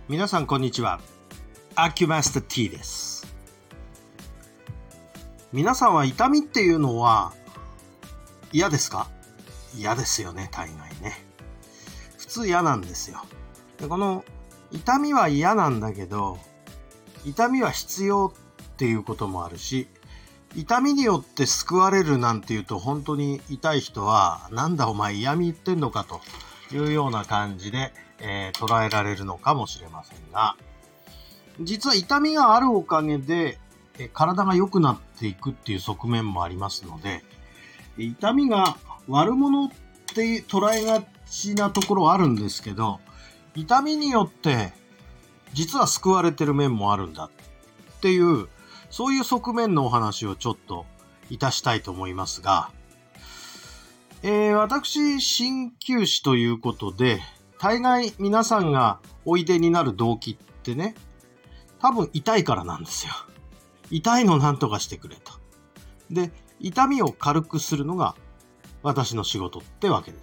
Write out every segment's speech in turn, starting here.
皆さんこんにちは。アキュマスター T です。皆さんは痛みっていうのは嫌ですか？嫌ですよね、大概ね。普通嫌なんですよ。で、この痛みは嫌なんだけど、痛みは必要っていうこともあるし、痛みによって救われるなんていうと本当に痛い人はなんだお前嫌味言ってんのかというような感じで、捉えられるのかもしれませんが、実は痛みがあるおかげで、体が良くなっていくっていう側面もありますので、痛みが悪者って捉えがちなところはあるんですけど、痛みによって実は救われてる面もあるんだっていう、そういう側面のお話をちょっといたしたいと思いますが、私、鍼灸師ということで、大概皆さんがおいでになる動機ってね、多分痛いからなんですよ。痛いのなんとかしてくれと。で、痛みを軽くするのが私の仕事ってわけです。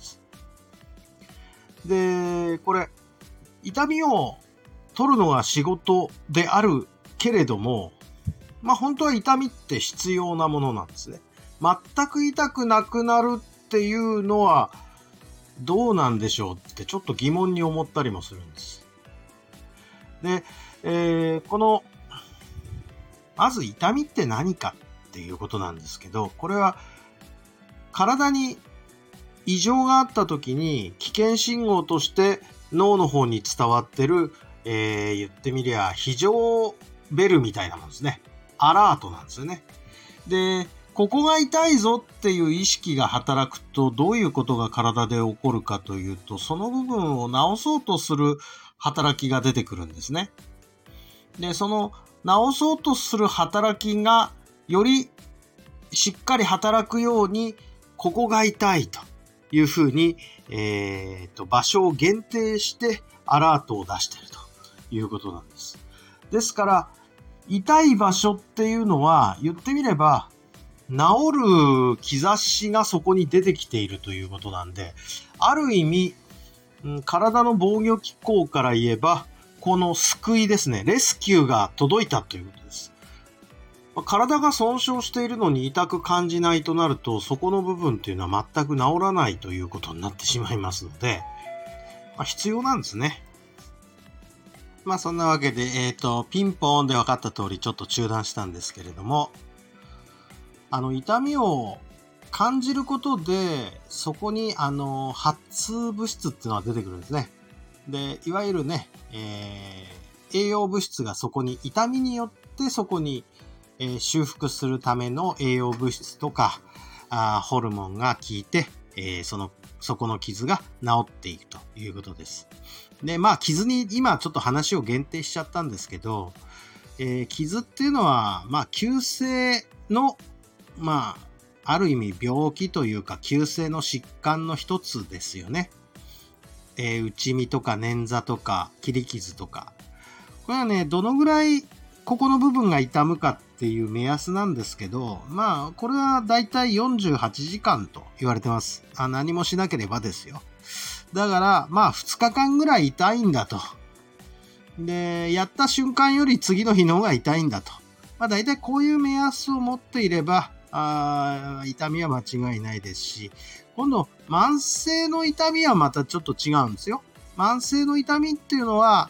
で、これ、痛みを取るのが仕事であるけれども、本当は痛みって必要なものなんですね。全く痛くなくなるっていうのはどうなんでしょうってちょっと疑問に思ったりもするんです。で、まず痛みって何かっていうことなんですけど、これは体に異常があった時に危険信号として脳の方に伝わってる、言ってみりゃ非常ベルみたいなものですね。アラートなんですよね。で、ここが痛いぞっていう意識が働くとどういうことが体で起こるかというと、その部分を治そうとする働きが出てくるんですね。で、その治そうとする働きがよりしっかり働くように、ここが痛いというふうに、場所を限定してアラートを出しているということなんです。ですから、痛い場所っていうのは言ってみれば治る兆しがそこに出てきているということなんで、ある意味、体の防御機構から言えばこの救いですね、レスキューが届いたということです。体が損傷しているのに痛く感じないとなると、そこの部分っていうのは全く治らないということになってしまいますので、必要なんですね。そんなわけで、ピンポーンで分かった通りちょっと中断したんですけれども、痛みを感じることで、そこに発物質っていうのが出てくるんですね。で、いわゆるね、栄養物質がそこに、痛みによってそこに、修復するための栄養物質とかホルモンが効いて、そこの傷が治っていくということです。で、傷に今ちょっと話を限定しちゃったんですけど、傷っていうのは急性のある意味病気というか急性の疾患の一つですよね。内身とか捻挫とか切り傷とか、これはね、どのぐらいここの部分が痛むかっていう目安なんですけど、これはだいたい48時間と言われてます。何もしなければですよ。だから2日間ぐらい痛いんだと。で、やった瞬間より次の日の方が痛いんだと。だいたいこういう目安を持っていれば痛みは間違いないですし、今度慢性の痛みはまたちょっと違うんですよ。慢性の痛みっていうのは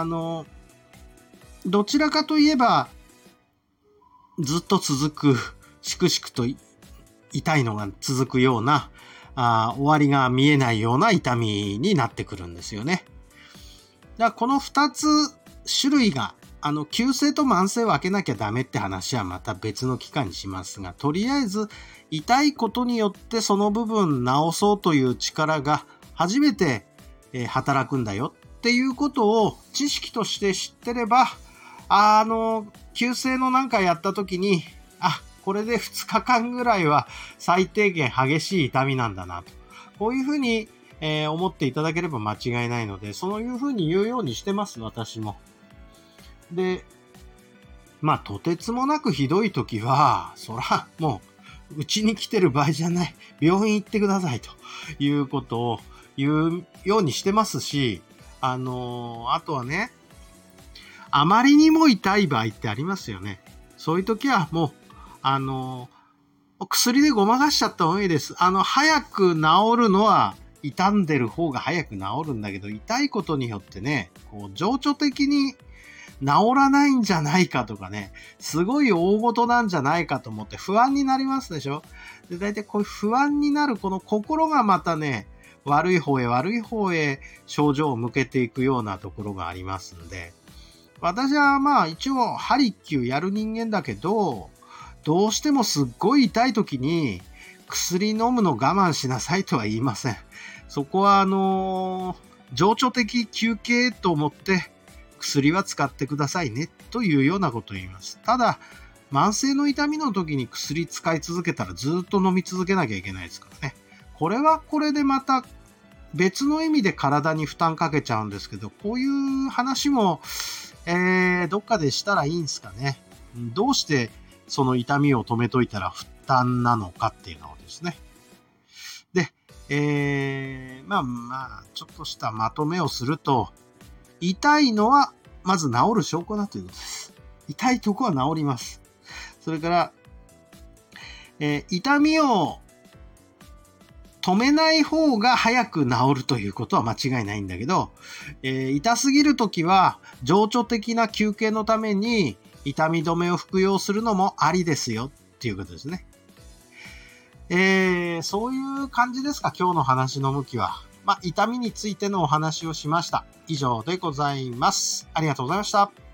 どちらかといえばずっと続く、しくしくと痛いのが続くような終わりが見えないような痛みになってくるんですよね。だからこの2つ種類が急性と慢性を分けなきゃダメって話はまた別の機会にしますが、とりあえず痛いことによってその部分治そうという力が初めて働くんだよっていうことを知識として知ってれば、急性のなんかやった時に、これで2日間ぐらいは最低限激しい痛みなんだなと、こういうふうに思っていただければ間違いないので、そういうふうに言うようにしてます、私も。で、とてつもなくひどい時は、そら、もう、うちに来てる場合じゃない。病院行ってくださいということを言うようにしてますし、あとはね、 あまりにも痛い場合ってありますよね。そういう時はもう、薬でごまかしちゃった方がいいです。早く治るのは、傷んでる方が早く治るんだけど、痛いことによってね、情緒的に治らないんじゃないかとかね、すごい大事なんじゃないかと思って不安になりますでしょ。で、大体こういう不安になるこの心がまたね、悪い方へ症状を向けていくようなところがありますんで、私はまあ一応ハリキューやる人間だけど、どうしてもすっごい痛い時に薬飲むの我慢しなさいとは言いません。そこは情緒的休憩と思って薬は使ってくださいねというようなことを言います。ただ、慢性の痛みの時に薬使い続けたらずっと飲み続けなきゃいけないですからね。これはこれでまた別の意味で体に負担かけちゃうんですけど、こういう話も、どっかでしたらいいんですかね。どうしてその痛みを止めといたら負担なのかっていうのをですね。で、ちょっとしたまとめをすると、痛いのはまず治る証拠だということです。痛いとこは治ります。それから、痛みを止めない方が早く治るということは間違いないんだけど、痛すぎるときは情緒的な休憩のために痛み止めを服用するのもありですよっていうことですね。そういう感じですか、今日の話の向きは。痛みについてのお話をしました。以上でございます。ありがとうございました。